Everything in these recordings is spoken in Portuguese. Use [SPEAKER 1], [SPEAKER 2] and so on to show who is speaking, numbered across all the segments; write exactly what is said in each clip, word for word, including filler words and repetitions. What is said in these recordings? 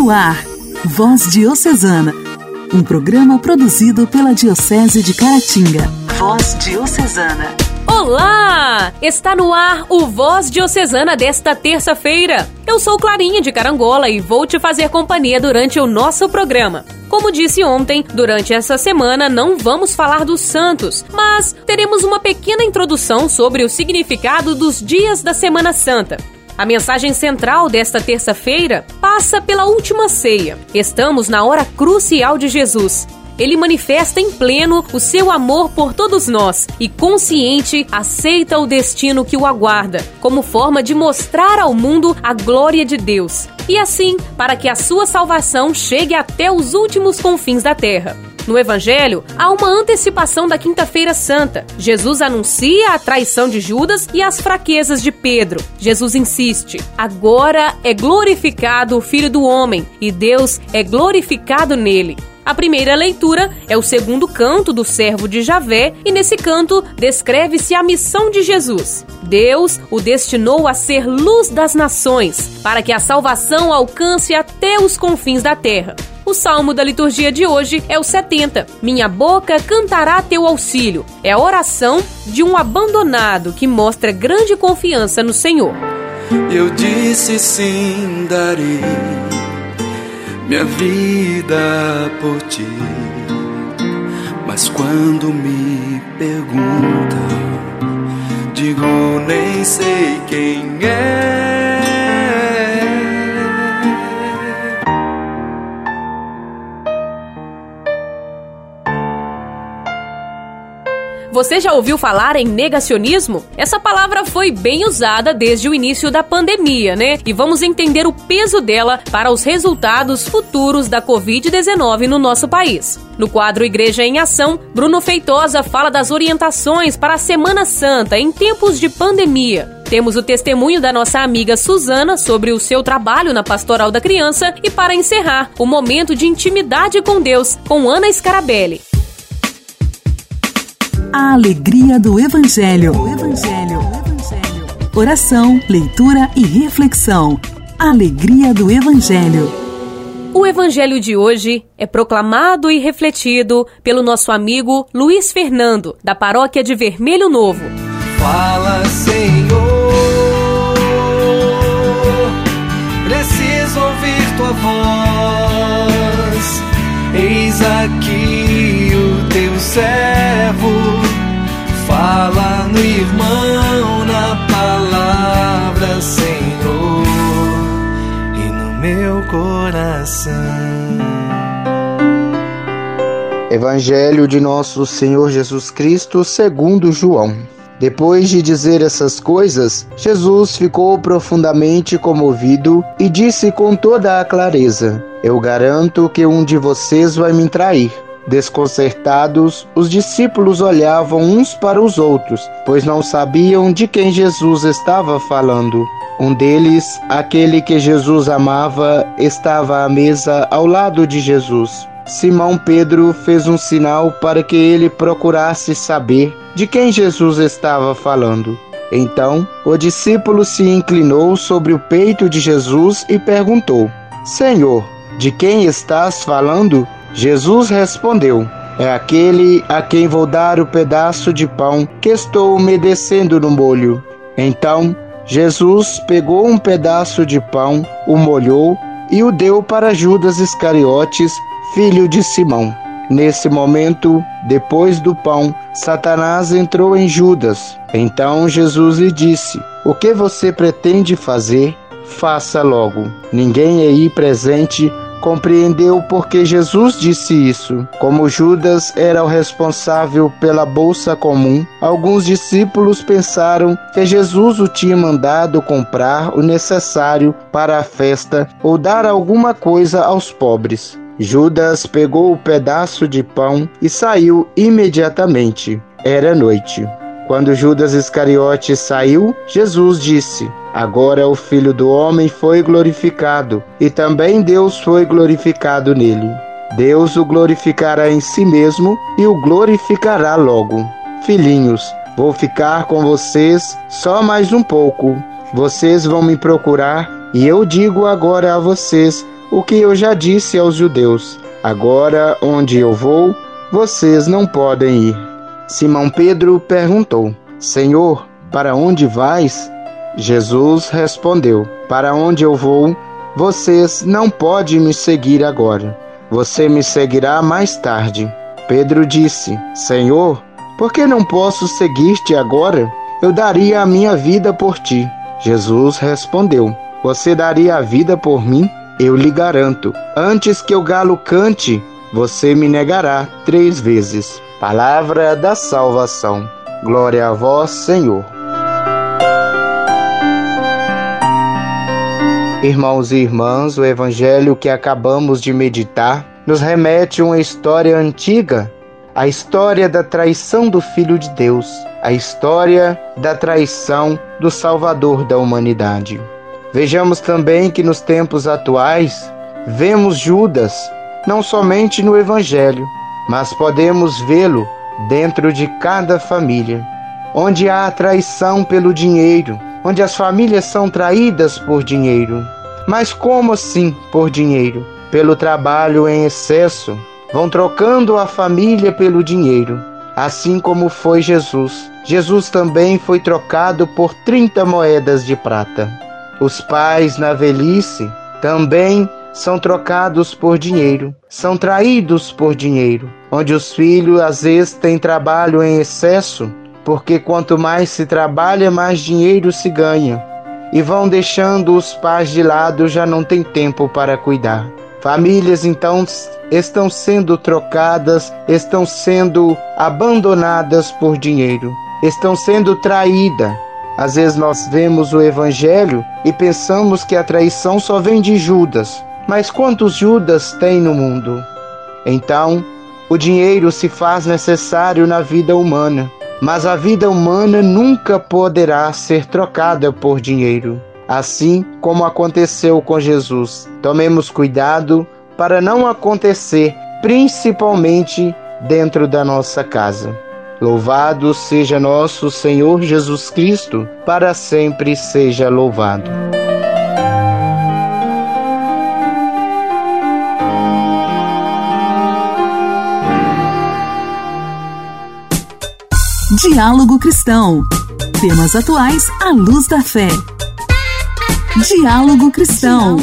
[SPEAKER 1] No ar, Voz Diocesana, um programa produzido pela Diocese de Caratinga. Voz Diocesana.
[SPEAKER 2] Olá! Está no ar o Voz Diocesana desta terça-feira. Eu sou Clarinha de Carangola e vou te fazer companhia durante o nosso programa. Como disse ontem, durante essa semana não vamos falar dos santos, mas teremos uma pequena introdução sobre o significado dos dias da Semana Santa. A mensagem central desta terça-feira passa pela última ceia. Estamos na hora crucial de Jesus. Ele manifesta em pleno o seu amor por todos nós e, consciente, aceita o destino que o aguarda, como forma de mostrar ao mundo a glória de Deus. E assim, para que a sua salvação chegue até os últimos confins da terra. No Evangelho, há uma antecipação da Quinta-feira Santa. Jesus anuncia a traição de Judas e as fraquezas de Pedro. Jesus insiste: agora é glorificado o Filho do Homem, e Deus é glorificado nele. A primeira leitura é o segundo canto do servo de Javé, e nesse canto descreve-se a missão de Jesus. Deus o destinou a ser luz das nações, para que a salvação alcance até os confins da terra. O salmo da liturgia de hoje é o setenta. Minha boca cantará teu auxílio. É a oração de um abandonado que mostra grande confiança no Senhor.
[SPEAKER 3] Eu disse sim, darei minha vida por ti, mas quando me perguntam, digo nem sei quem é.
[SPEAKER 2] Você já ouviu falar em negacionismo? Essa palavra foi bem usada desde o início da pandemia, né? E vamos entender o peso dela para os resultados futuros da covid dezenove no nosso país. No quadro Igreja em Ação, Bruno Feitosa fala das orientações para a Semana Santa em tempos de pandemia. Temos o testemunho da nossa amiga Suzana sobre o seu trabalho na Pastoral da Criança e, para encerrar, o momento de intimidade com Deus com Ana Scarabelli.
[SPEAKER 1] A alegria do Evangelho. O Evangelho. O Evangelho. Oração, leitura e reflexão. A alegria do Evangelho.
[SPEAKER 2] O Evangelho de hoje é proclamado e refletido pelo nosso amigo Luiz Fernando, da Paróquia de Vermelho Novo.
[SPEAKER 3] Fala, Senhor, preciso ouvir tua voz. Eis aqui o teu servo, fala no irmão, na palavra, Senhor, e no meu coração.
[SPEAKER 4] Evangelho de nosso Senhor Jesus Cristo segundo João. Depois de dizer essas coisas, Jesus ficou profundamente comovido e disse com toda a clareza: eu garanto que um de vocês vai me trair. Desconcertados, os discípulos olhavam uns para os outros, pois não sabiam de quem Jesus estava falando. Um deles, aquele que Jesus amava, estava à mesa ao lado de Jesus. Simão Pedro fez um sinal para que ele procurasse saber de quem Jesus estava falando. Então, o discípulo se inclinou sobre o peito de Jesus e perguntou: Senhor, de quem estás falando? Jesus respondeu: é aquele a quem vou dar o pedaço de pão que estou umedecendo no molho. Então, Jesus pegou um pedaço de pão, o molhou e o deu para Judas Iscariotes, filho de Simão. Nesse momento, depois do pão, Satanás entrou em Judas. Então Jesus lhe disse: o que você pretende fazer, faça logo. Ninguém aí presente compreendeu por que Jesus disse isso. Como Judas era o responsável pela bolsa comum, alguns discípulos pensaram que Jesus o tinha mandado comprar o necessário para a festa ou dar alguma coisa aos pobres. Judas pegou o pedaço de pão e saiu imediatamente. Era noite. Quando Judas Iscariotes saiu, Jesus disse: agora o Filho do Homem foi glorificado, e também Deus foi glorificado nele. Deus o glorificará em si mesmo e o glorificará logo. Filhinhos, vou ficar com vocês só mais um pouco. Vocês vão me procurar, e eu digo agora a vocês o que eu já disse aos judeus. Agora, onde eu vou, vocês não podem ir. Simão Pedro perguntou: Senhor, para onde vais? Jesus respondeu: Para onde eu vou, vocês não podem me seguir agora. Você me seguirá mais tarde. Pedro disse: Senhor, por que não posso seguir-te agora? Eu daria a minha vida por ti. Jesus respondeu: Você daria a vida por mim? Eu lhe garanto, antes que o galo cante, você me negará três vezes. Palavra da salvação. Glória a vós, Senhor. Irmãos e irmãs, o evangelho que acabamos de meditar nos remete a uma história antiga, a história da traição do Filho de Deus, a história da traição do Salvador da humanidade. Vejamos também que nos tempos atuais, vemos Judas, não somente no evangelho, mas podemos vê-lo dentro de cada família, onde há traição pelo dinheiro, onde as famílias são traídas por dinheiro. Mas como assim por dinheiro? Pelo trabalho em excesso, vão trocando a família pelo dinheiro, assim como foi Jesus. Jesus também foi trocado por trinta moedas de prata. Os pais na velhice também são trocados por dinheiro, são traídos por dinheiro, onde os filhos às vezes têm trabalho em excesso, porque quanto mais se trabalha, mais dinheiro se ganha, e vão deixando os pais de lado, já não tem tempo para cuidar. Famílias então estão sendo trocadas, estão sendo abandonadas por dinheiro, estão sendo traídas. Às vezes nós vemos o evangelho e pensamos que a traição só vem de Judas. Mas quantos Judas tem no mundo? Então, o dinheiro se faz necessário na vida humana, mas a vida humana nunca poderá ser trocada por dinheiro, assim como aconteceu com Jesus. Tomemos cuidado para não acontecer, principalmente dentro da nossa casa. Louvado seja nosso Senhor Jesus Cristo, para sempre seja louvado.
[SPEAKER 1] Diálogo Cristão. Temas atuais à luz da fé. Diálogo Cristão.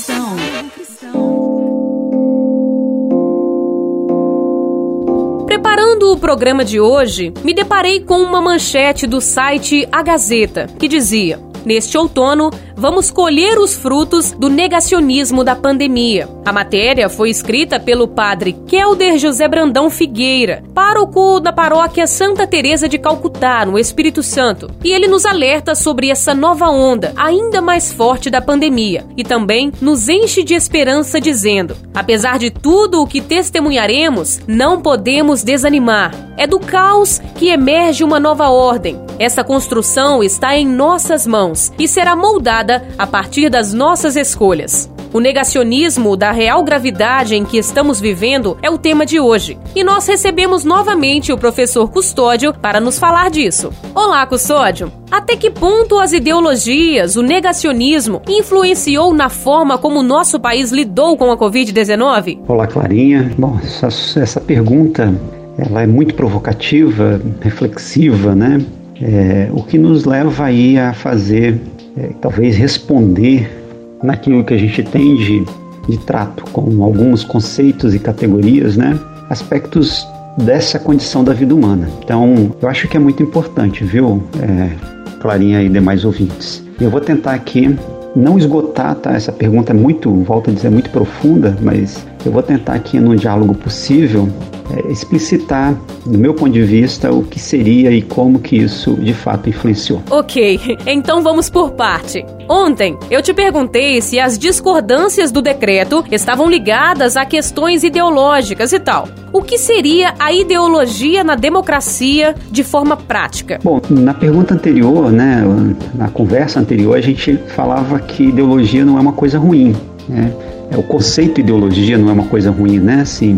[SPEAKER 2] Preparando o programa de hoje, me deparei com uma manchete do site A Gazeta, que dizia: neste outono, vamos colher os frutos do negacionismo da pandemia. A matéria foi escrita pelo padre Kelder José Brandão Figueira, pároco da paróquia Santa Teresa de Calcutá, no Espírito Santo. E ele nos alerta sobre essa nova onda, ainda mais forte da pandemia, e também nos enche de esperança dizendo: apesar de tudo o que testemunharemos, não podemos desanimar. É do caos que emerge uma nova ordem. Essa construção está em nossas mãos e será moldada a partir das nossas escolhas. O negacionismo da real gravidade em que estamos vivendo é o tema de hoje. E nós recebemos novamente o professor Custódio para nos falar disso. Olá, Custódio! Até que ponto as ideologias, o negacionismo, influenciou na forma como o nosso país lidou com a covid dezenove?
[SPEAKER 5] Olá, Clarinha. Bom, essa, essa pergunta ela é muito provocativa, reflexiva, né? É, o que nos leva aí a fazer, é, talvez responder naquilo que a gente tem de, de trato com alguns conceitos e categorias, né? Aspectos dessa condição da vida humana. Então, eu acho que é muito importante, viu, é, Clarinha e demais ouvintes. Eu vou tentar aqui não esgotar, tá? Essa pergunta é muito, volto a dizer, muito profunda, mas eu vou tentar aqui, num diálogo possível, é, explicitar, do meu ponto de vista, o que seria e como que isso, de fato, influenciou. Ok,
[SPEAKER 2] então vamos por parte. Ontem, eu te perguntei se as discordâncias do decreto estavam ligadas a questões ideológicas e tal. O que seria a ideologia na democracia de forma prática?
[SPEAKER 5] Bom, na pergunta anterior, né, na conversa anterior, a gente falava que ideologia não é uma coisa ruim, né? O conceito ideologia não é uma coisa ruim, né? Assim,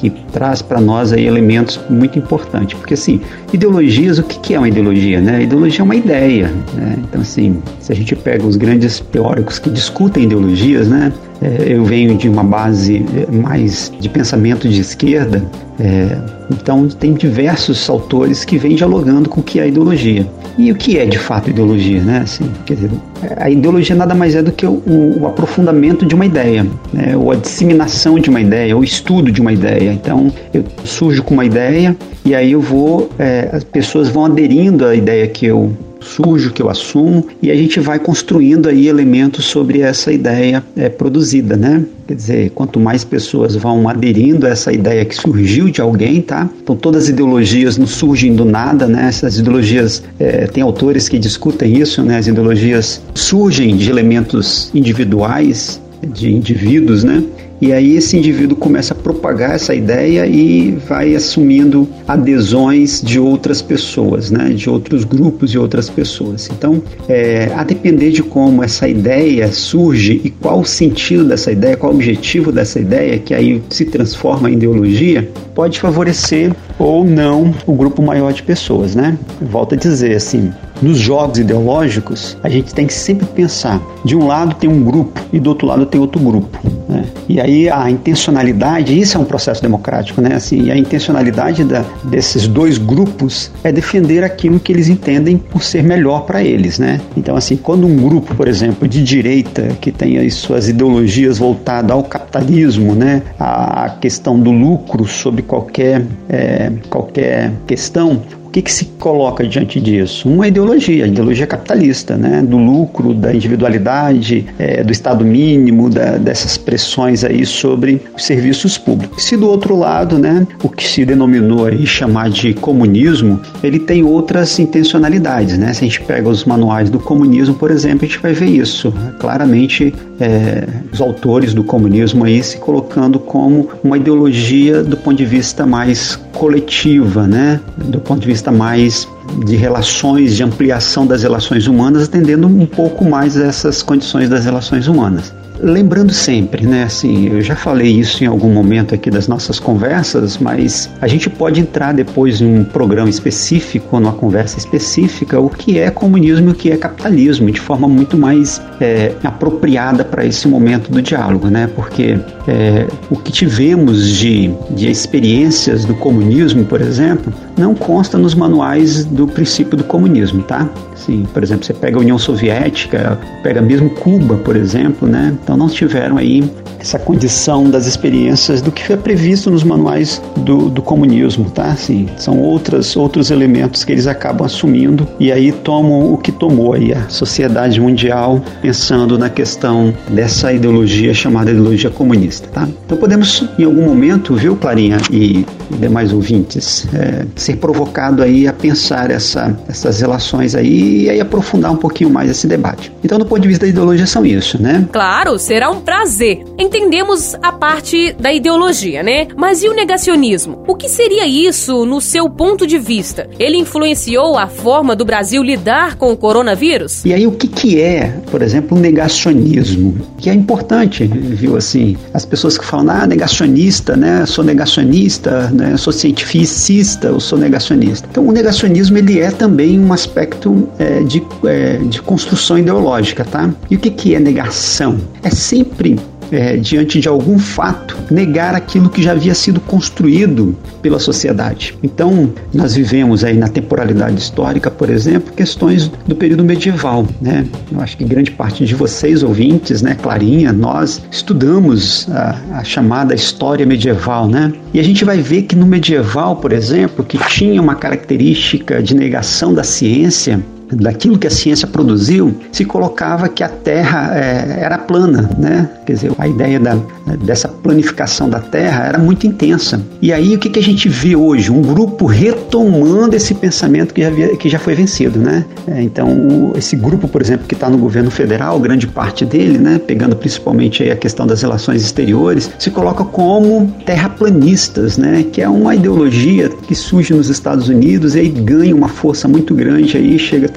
[SPEAKER 5] que traz para nós aí elementos muito importantes. Porque, assim, ideologias, o que, que é uma ideologia, né? Ideologia é uma ideia, né? Então, assim, se a gente pega os grandes teóricos que discutem ideologias, né? É, eu venho de uma base mais de pensamento de esquerda, é, então tem diversos autores que vêm dialogando com o que é ideologia. E o que é de fato ideologia, né? Assim, quer dizer, a ideologia nada mais é do que o, o aprofundamento de uma ideia, né? Ou a disseminação de uma ideia, ou o estudo de uma ideia. Então, eu surjo com uma ideia e aí eu vou, é, as pessoas vão aderindo à ideia que eu surjo, que eu assumo, e a gente vai construindo aí elementos sobre essa ideia é, produzida, né? Quer dizer, quanto mais pessoas vão aderindo a essa ideia que surgiu de alguém, tá? Então todas as ideologias não surgem do nada, né? Essas ideologias, é, tem autores que discutem isso, né? As ideologias surgem de elementos individuais, de indivíduos, né? E aí esse indivíduo começa a propagar essa ideia e vai assumindo adesões de outras pessoas, né? De outros grupos e outras pessoas. Então, é, a depender de como essa ideia surge e qual o sentido dessa ideia, qual o objetivo dessa ideia, que aí se transforma em ideologia, pode favorecer ou não o grupo maior de pessoas, né? Volto a dizer, assim, nos jogos ideológicos, a gente tem que sempre pensar, de um lado tem um grupo e do outro lado tem outro grupo, né? E aí a intencionalidade, isso é um processo democrático, né? Assim, a intencionalidade da, desses dois grupos é defender aquilo que eles entendem por ser melhor para eles, né? Então, assim, quando um grupo, por exemplo, de direita, que tem as suas ideologias voltadas ao capitalismo, né? A questão do lucro sobre qualquer, é, qualquer questão, o que, que se coloca diante disso? Uma ideologia, a ideologia capitalista, né? Do lucro, da individualidade, é, do Estado mínimo, da, dessas pressões aí sobre os serviços públicos. Se do outro lado, né, o que se denominou aí chamar de comunismo, ele tem outras intencionalidades, né? Se a gente pega os manuais do comunismo, por exemplo, a gente vai ver isso. Claramente, é, os autores do comunismo aí se colocando como uma ideologia do ponto de vista mais coletiva, né? Do ponto de vista mais de relações, de ampliação das relações humanas, atendendo um pouco mais a essas condições das relações humanas. Lembrando sempre, né, assim, eu já falei isso em algum momento aqui das nossas conversas, mas a gente pode entrar depois em um programa específico, numa conversa específica, o que é comunismo e o que é capitalismo, de forma muito mais é, apropriada para esse momento do diálogo, né, porque é, o que tivemos de, de experiências do comunismo, por exemplo, não consta nos manuais do princípio do comunismo, tá? Sim, por exemplo, você pega a União Soviética, pega mesmo Cuba, por exemplo, né? Então não tiveram aí essa condição das experiências do que foi previsto nos manuais do, do comunismo, tá? Assim, são outras, outros elementos que eles acabam assumindo e aí tomam o que tomou aí a sociedade mundial pensando na questão dessa ideologia chamada ideologia comunista, tá? Então podemos em algum momento, viu, Clarinha e demais ouvintes, é, ser provocado aí a pensar essa, essas relações aí e aí aprofundar um pouquinho mais esse debate. Então, do ponto de vista da ideologia, são isso, né?
[SPEAKER 2] Claro, será um prazer. Entendemos a parte da ideologia, né? Mas e o negacionismo? O que seria isso no seu ponto de vista? Ele influenciou a forma do Brasil lidar com o coronavírus?
[SPEAKER 5] E aí, o que, que é, por exemplo, o negacionismo? Que é importante, viu, assim, as pessoas que falam, ah, negacionista, né? Sou negacionista, né? Sou cientificista, eu sou negacionista. Então, o negacionismo, ele é também um aspecto é, de, é, de construção ideológica, tá? E o que, que é negação? É sempre é, diante de algum fato, negar aquilo que já havia sido construído pela sociedade. Então, nós vivemos aí na temporalidade histórica, por exemplo, questões do período medieval, né? Eu acho que grande parte de vocês, ouvintes, né, Clarinha, nós estudamos a, a chamada história medieval, né? E a gente vai ver que no medieval, por exemplo, que tinha uma característica de negação da ciência, daquilo que a ciência produziu, se colocava que a Terra é, era plana, né? Quer dizer, a ideia da, dessa planificação da Terra era muito intensa. E aí, o que, que a gente vê hoje? Um grupo retomando esse pensamento que já, havia, que já foi vencido, né? É, então, o, esse grupo, por exemplo, que está no governo federal, grande parte dele, né? Pegando principalmente aí a questão das relações exteriores, se coloca como terraplanistas, né? Que é uma ideologia que surge nos Estados Unidos e aí ganha uma força muito grande, aí chega até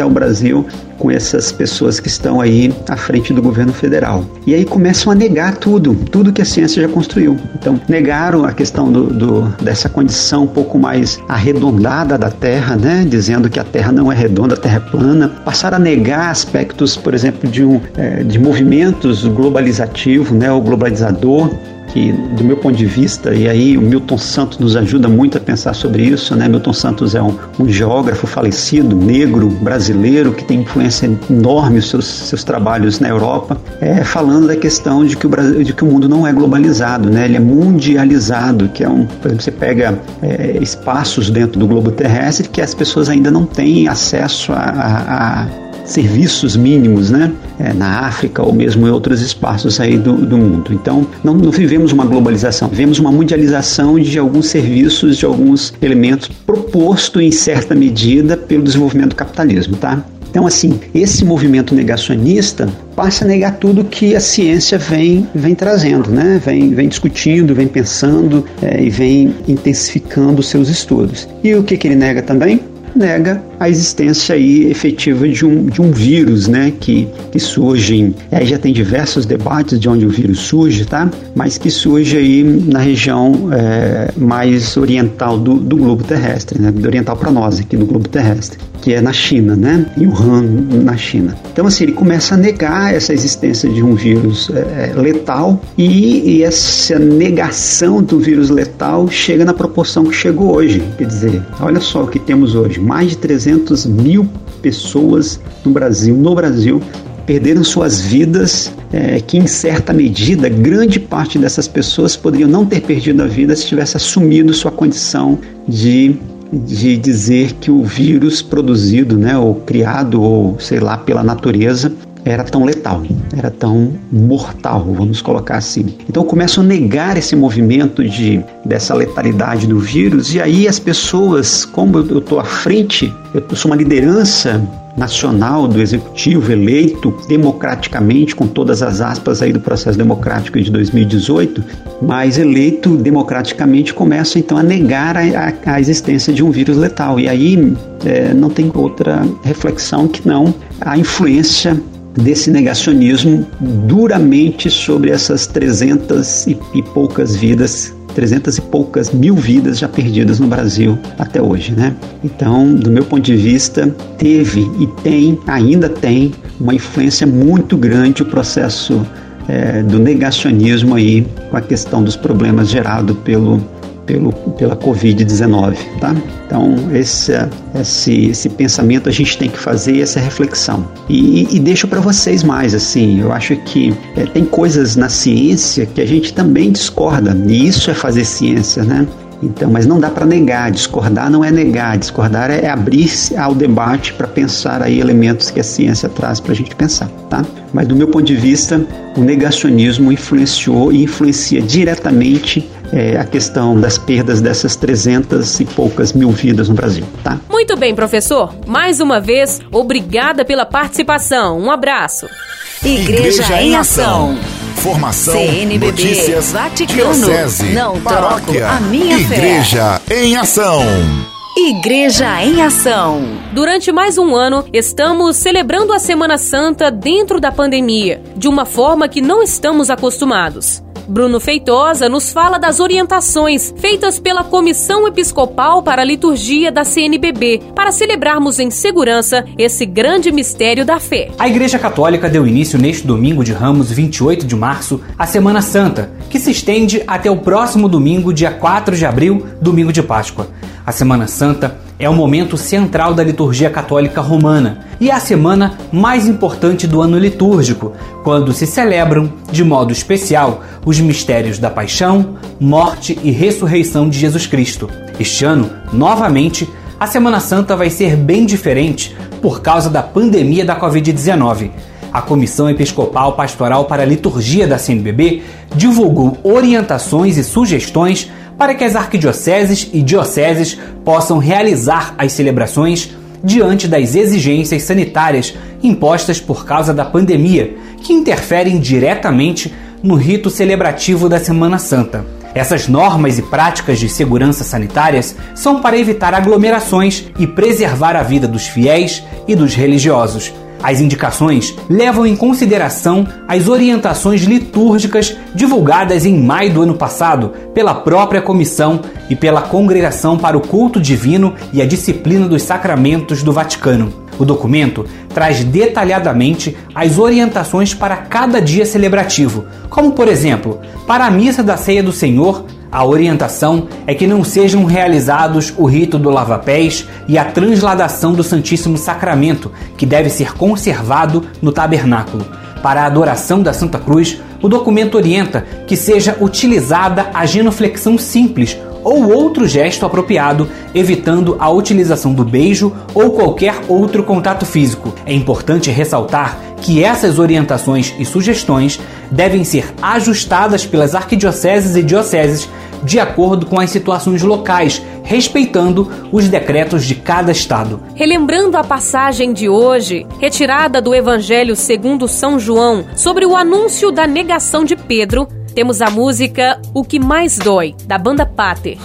[SPEAKER 5] até o Brasil com essas pessoas que estão aí à frente do governo federal. E aí começam a negar tudo, tudo que a ciência já construiu. Então, negaram a questão do, do, dessa condição um pouco mais arredondada da Terra, né? Dizendo que a Terra não é redonda, a Terra é plana. Passaram a negar aspectos, por exemplo, de, um, é, de movimentos globalizativos, né? O globalizador, que, do meu ponto de vista, e aí o Milton Santos nos ajuda muito a pensar sobre isso, né? Milton Santos é um, um geógrafo falecido, negro, brasileiro, que tem influência enorme nos seus, seus trabalhos na Europa, é, falando da questão de que, o Brasil, de que o mundo não é globalizado, né? Ele é mundializado, que é um, por exemplo, você pega é, espaços dentro do globo terrestre que as pessoas ainda não têm acesso a, a, a serviços mínimos, né? É, na África ou mesmo em outros espaços aí do, do mundo. Então, não, não vivemos uma globalização, vivemos uma mundialização de alguns serviços, de alguns elementos proposto em certa medida pelo desenvolvimento do capitalismo, tá? Então, assim, esse movimento negacionista passa a negar tudo que a ciência vem, vem trazendo, né? Vem, vem discutindo, vem pensando é, e vem intensificando os seus estudos. E o que, que ele nega também? Nega a existência aí efetiva de um, de um vírus, né, que, que surge, aí já tem diversos debates de onde o vírus surge, tá? Mas que surge aí na região é, mais oriental do, do globo terrestre, né, oriental para nós aqui do globo terrestre, que é na China, né, em Wuhan, na China. Então, assim, ele começa a negar essa existência de um vírus é, letal e, e essa negação do vírus letal chega na proporção que chegou hoje. Quer dizer, olha só o que temos hoje, mais de trezentas mil pessoas no Brasil, no Brasil, perderam suas vidas, é, que em certa medida, grande parte dessas pessoas poderiam não ter perdido a vida se tivesse assumido sua condição de, de dizer que o vírus produzido, né, ou criado, ou sei lá, pela natureza, era tão letal, era tão mortal, vamos colocar assim. Então começam a negar esse movimento de, dessa letalidade do vírus, e aí as pessoas, como eu estou à frente, eu sou uma liderança nacional do executivo eleito democraticamente, com todas as aspas aí do processo democrático de dois mil e dezoito, mas eleito democraticamente, começa então a negar a, a, a existência de um vírus letal. E aí é, não tem outra reflexão que não a influência desse negacionismo duramente sobre essas trezentas e, e poucas vidas, trezentas e poucas mil vidas já perdidas no Brasil até hoje, né? Então, do meu ponto de vista, teve e tem, ainda tem, uma influência muito grande o processo é, do negacionismo aí com a questão dos problemas gerados pelo Pelo, pela covid dezenove, tá? Então, esse, esse, esse pensamento a gente tem que fazer, essa reflexão. E, e deixo para vocês mais, assim, eu acho que é, tem coisas na ciência que a gente também discorda, e isso é fazer ciência, né? Então, mas não dá para negar, discordar não é negar, discordar é abrir-se ao debate para pensar aí elementos que a ciência traz para a gente pensar, tá? Mas do meu ponto de vista, o negacionismo influenciou e influencia diretamente é, a questão das perdas dessas trezentas e poucas mil vidas no Brasil, tá?
[SPEAKER 2] Muito bem, professor. Mais uma vez, obrigada pela participação. Um abraço.
[SPEAKER 1] Igreja, Igreja em Ação.
[SPEAKER 6] Formação,
[SPEAKER 1] C N B B,
[SPEAKER 6] notícias,
[SPEAKER 1] Vaticano,
[SPEAKER 6] diocese,
[SPEAKER 1] não
[SPEAKER 6] paróquia,
[SPEAKER 1] troco a minha
[SPEAKER 6] Igreja
[SPEAKER 1] fé.
[SPEAKER 6] em Ação.
[SPEAKER 1] Igreja em Ação.
[SPEAKER 2] Durante mais um ano, estamos celebrando a Semana Santa dentro da pandemia, de uma forma que não estamos acostumados. Bruno Feitosa nos fala das orientações feitas pela Comissão Episcopal para a Liturgia da C N B B, para celebrarmos em segurança esse grande mistério da fé.
[SPEAKER 7] A Igreja Católica deu início neste domingo de Ramos, vinte e oito de março, à Semana Santa, que se estende até o próximo domingo, dia quatro de abril, domingo de Páscoa. A Semana Santa é o momento central da liturgia católica romana e é a semana mais importante do ano litúrgico, quando se celebram, de modo especial, os mistérios da paixão, morte e ressurreição de Jesus Cristo. Este ano, novamente, a Semana Santa vai ser bem diferente por causa da pandemia da covid dezenove. A Comissão Episcopal Pastoral para a Liturgia da C N B B divulgou orientações e sugestões para que as arquidioceses e dioceses possam realizar as celebrações diante das exigências sanitárias impostas por causa da pandemia, que interferem diretamente no rito celebrativo da Semana Santa. Essas normas e práticas de segurança sanitárias são para evitar aglomerações e preservar a vida dos fiéis e dos religiosos. As indicações levam em consideração as orientações litúrgicas divulgadas em maio do ano passado pela própria comissão e pela Congregação para o Culto Divino e a Disciplina dos Sacramentos do Vaticano. O documento traz detalhadamente as orientações para cada dia celebrativo, como, por exemplo, para a Missa da Ceia do Senhor, a orientação é que não sejam realizados o rito do lava-pés e a transladação do Santíssimo Sacramento, que deve ser conservado no tabernáculo. Para a adoração da Santa Cruz, o documento orienta que seja utilizada a genuflexão simples ou outro gesto apropriado, evitando a utilização do beijo ou qualquer outro contato físico. É importante ressaltar que essas orientações e sugestões devem ser ajustadas pelas arquidioceses e dioceses de acordo com as situações locais, respeitando os decretos de cada estado.
[SPEAKER 2] Relembrando a passagem de hoje, retirada do Evangelho segundo São João, sobre o anúncio da negação de Pedro, temos a música O Que Mais Dói, da banda Pater.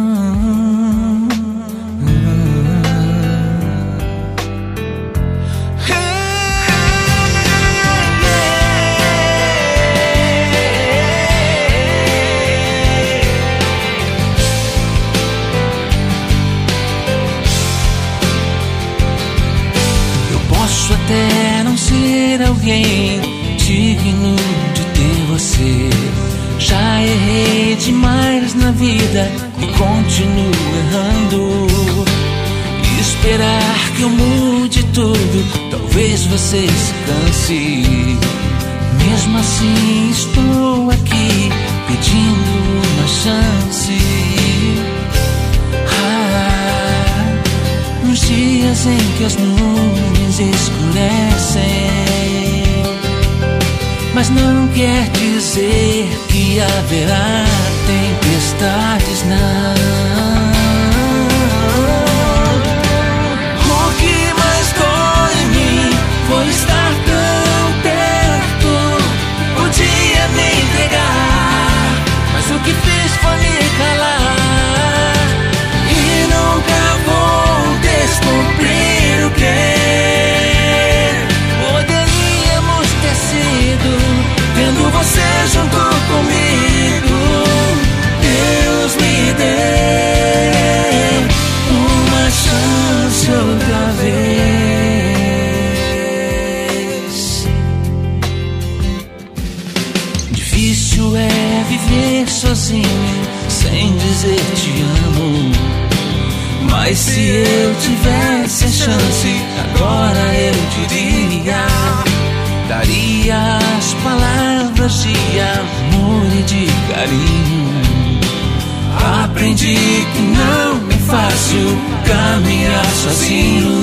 [SPEAKER 3] Eu posso até não ser alguém digno de ter você. Já errei demais na vida e continuo errando. Esperar que eu mude tudo, talvez você se canse. Mesmo assim estou aqui pedindo uma chance. Ah, nos dias em que as nuvens escurecem, mas não quer dizer que haverá tempestades, não. O que mais dói em mim foi estar tão perto. Podia me entregar, mas o que fiz foi me calar. E nunca vou descobrir o que vendo você junto comigo. Deus me dê uma chance outra vez. Difícil é viver sozinho sem dizer te amo, mas se eu tivesse a chance, agora eu diria, daria as palavras de amor e de carinho. Aprendi que não é fácil caminhar sozinho.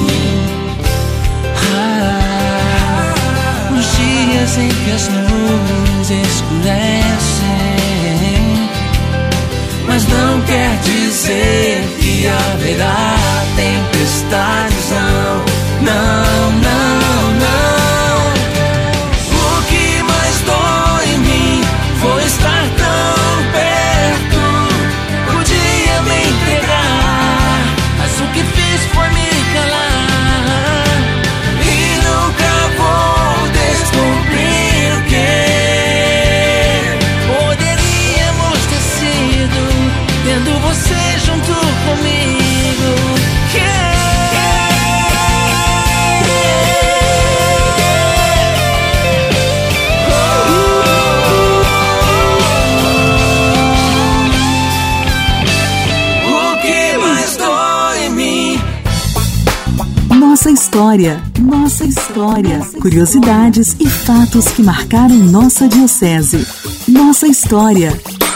[SPEAKER 3] Ah, nos dias em que as nuvens escurecem, mas não quer dizer que haverá tempestades, não, não, não, não. Vou estar tão perto, podia me entregar, mas o que fiz foi me calar. E nunca vou descobrir o que poderíamos ter sido, tendo você junto comigo. Yeah.
[SPEAKER 1] Nossa história, nossa história, curiosidades e fatos que marcaram nossa diocese. Nossa história.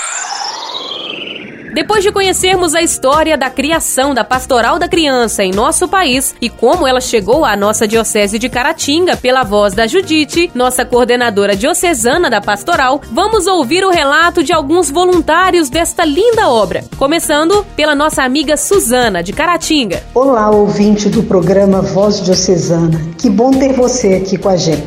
[SPEAKER 2] Depois de conhecermos a história da criação da Pastoral da Criança em nosso país e como ela chegou à nossa Diocese de Caratinga pela voz da Judite, nossa coordenadora diocesana da Pastoral, vamos ouvir o relato de alguns voluntários desta linda obra, começando pela nossa amiga Suzana, de Caratinga.
[SPEAKER 6] Olá, ouvinte do programa Voz Diocesana. Que bom ter você aqui com a gente.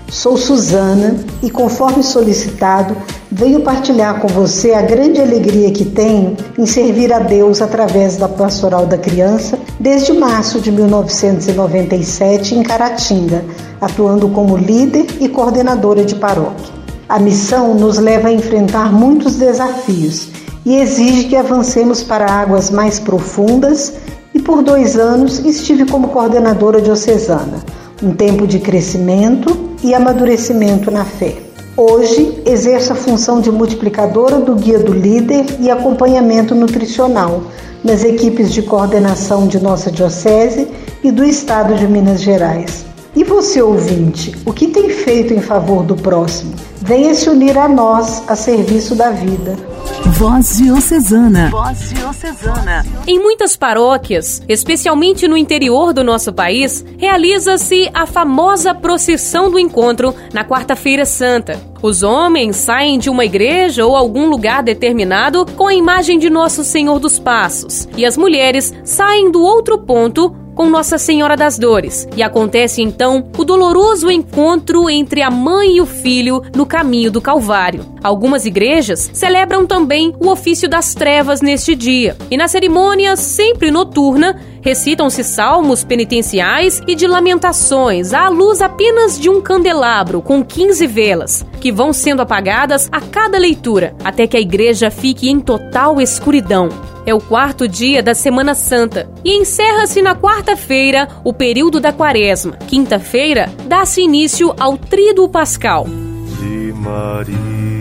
[SPEAKER 6] Sou Suzana e, conforme solicitado, venho partilhar com você a grande alegria que tenho em servir a Deus através da Pastoral da Criança desde março de mil novecentos e noventa e sete em Caratinga, atuando como líder e coordenadora de paróquia. A missão nos leva a enfrentar muitos desafios e exige que avancemos para águas mais profundas e por dois anos estive como coordenadora diocesana, um tempo de crescimento e amadurecimento na fé. Hoje, exerço a função de multiplicadora do Guia do Líder e acompanhamento nutricional nas equipes de coordenação de nossa diocese e do estado de Minas Gerais. E você, ouvinte, o que tem feito em favor do próximo? Venha se unir a nós a serviço da vida.
[SPEAKER 1] Voz Diocesana. Voz Diocesana.
[SPEAKER 2] Em muitas paróquias, especialmente no interior do nosso país, realiza-se a famosa procissão do encontro na Quarta-feira Santa. Os homens saem de uma igreja ou algum lugar determinado com a imagem de Nosso Senhor dos Passos, e as mulheres saem do outro ponto com Nossa Senhora das Dores. E acontece então o doloroso encontro entre a mãe e o filho no caminho do Calvário. Algumas igrejas celebram também o ofício das trevas neste dia. E na cerimônia, sempre noturna, recitam-se salmos penitenciais e de lamentações à luz apenas de um candelabro com quinze velas, que vão sendo apagadas a cada leitura, até que a igreja fique em total escuridão. É o quarto dia da Semana Santa e encerra-se na quarta-feira o período da Quaresma. Quinta-feira dá-se início ao Tríduo Pascal.
[SPEAKER 8] De Maria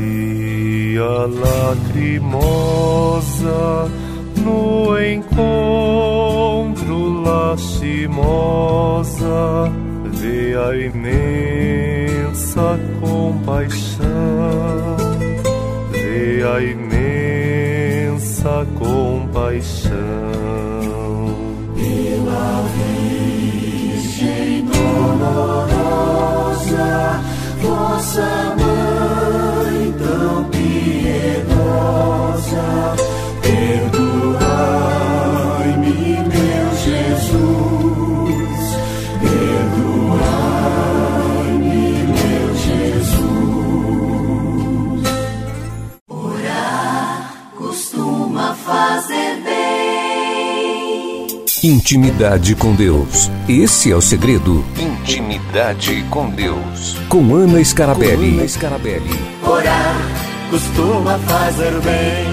[SPEAKER 8] lacrimosa, no encontro lastimosa, vê a imensa compaixão, vê a imensa compaixão. Pela Virgem dolorosa, vossa mãe tão piedosa, perdoai-me, meu Jesus, perdoai-me, meu Jesus. Orar costuma fazer bem.
[SPEAKER 9] Intimidade com Deus. Esse é o segredo. Intimidade com Deus. Com Ana Scarabelli. Com Ana Scarabelli.
[SPEAKER 8] Orar costuma fazer bem.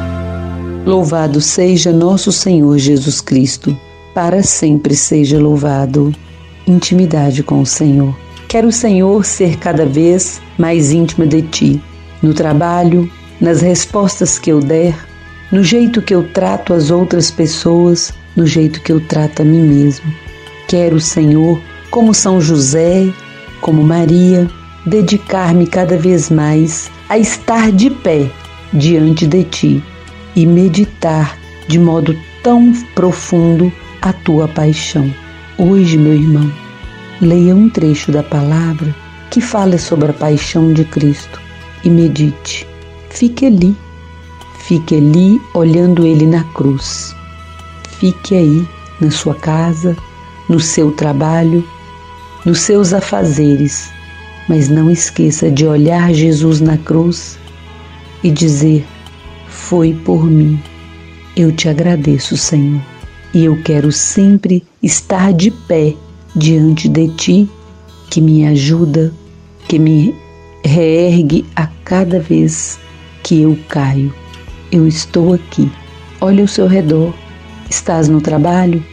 [SPEAKER 10] Louvado seja nosso Senhor Jesus Cristo. Para sempre seja louvado. Intimidade com o Senhor. Quero o Senhor ser cada vez mais íntima de Ti. No trabalho, nas respostas que eu der, no jeito que eu trato as outras pessoas, no jeito que eu trato a mim mesmo. Quero, Senhor, como São José, como Maria, dedicar-me cada vez mais a estar de pé diante de Ti e meditar de modo tão profundo a Tua paixão. Hoje, meu irmão, leia um trecho da palavra que fala sobre a paixão de Cristo e medite. Fique ali, fique ali olhando Ele na cruz. Fique aí, na sua casa, no seu trabalho, nos seus afazeres, mas não esqueça de olhar Jesus na cruz e dizer: foi por mim. Eu te agradeço, Senhor, e eu quero sempre estar de pé diante de Ti, que me ajuda, que me reergue a cada vez que eu caio. Eu estou aqui. Olhe ao seu redor. Estás no trabalho?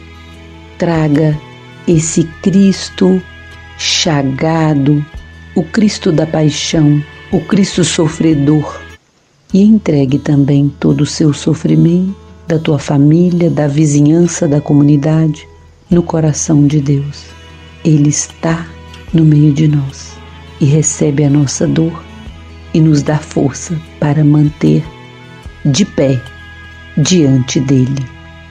[SPEAKER 10] Traga esse Cristo chagado, o Cristo da paixão, o Cristo sofredor, e entregue também todo o seu sofrimento, da tua família, da vizinhança, da comunidade, no coração de Deus. Ele está no meio de nós e recebe a nossa dor e nos dá força para manter de pé diante dele.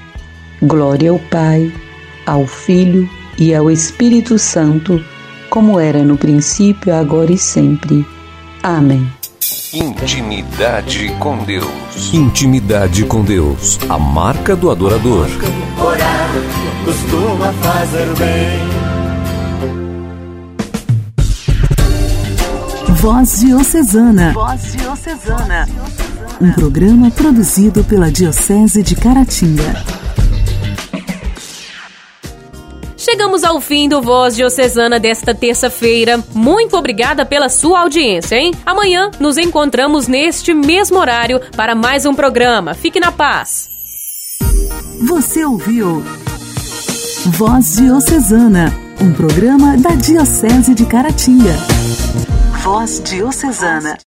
[SPEAKER 10] Glória ao Pai, ao Filho e ao Espírito Santo, como era no princípio, agora e sempre. Amém.
[SPEAKER 9] Intimidade com Deus. Intimidade com Deus. A marca do adorador.
[SPEAKER 8] Orar costuma fazer bem.
[SPEAKER 1] Voz Diocesana.
[SPEAKER 11] Voz Diocesana.
[SPEAKER 1] Um programa produzido pela Diocese de Caratinga.
[SPEAKER 2] Chegamos ao fim do Voz Diocesana desta terça-feira. Muito obrigada pela sua audiência, hein? Amanhã nos encontramos neste mesmo horário para mais um programa. Fique na paz.
[SPEAKER 1] Você ouviu Voz Diocesana, um programa da Diocese de Caratinga. Voz Diocesana.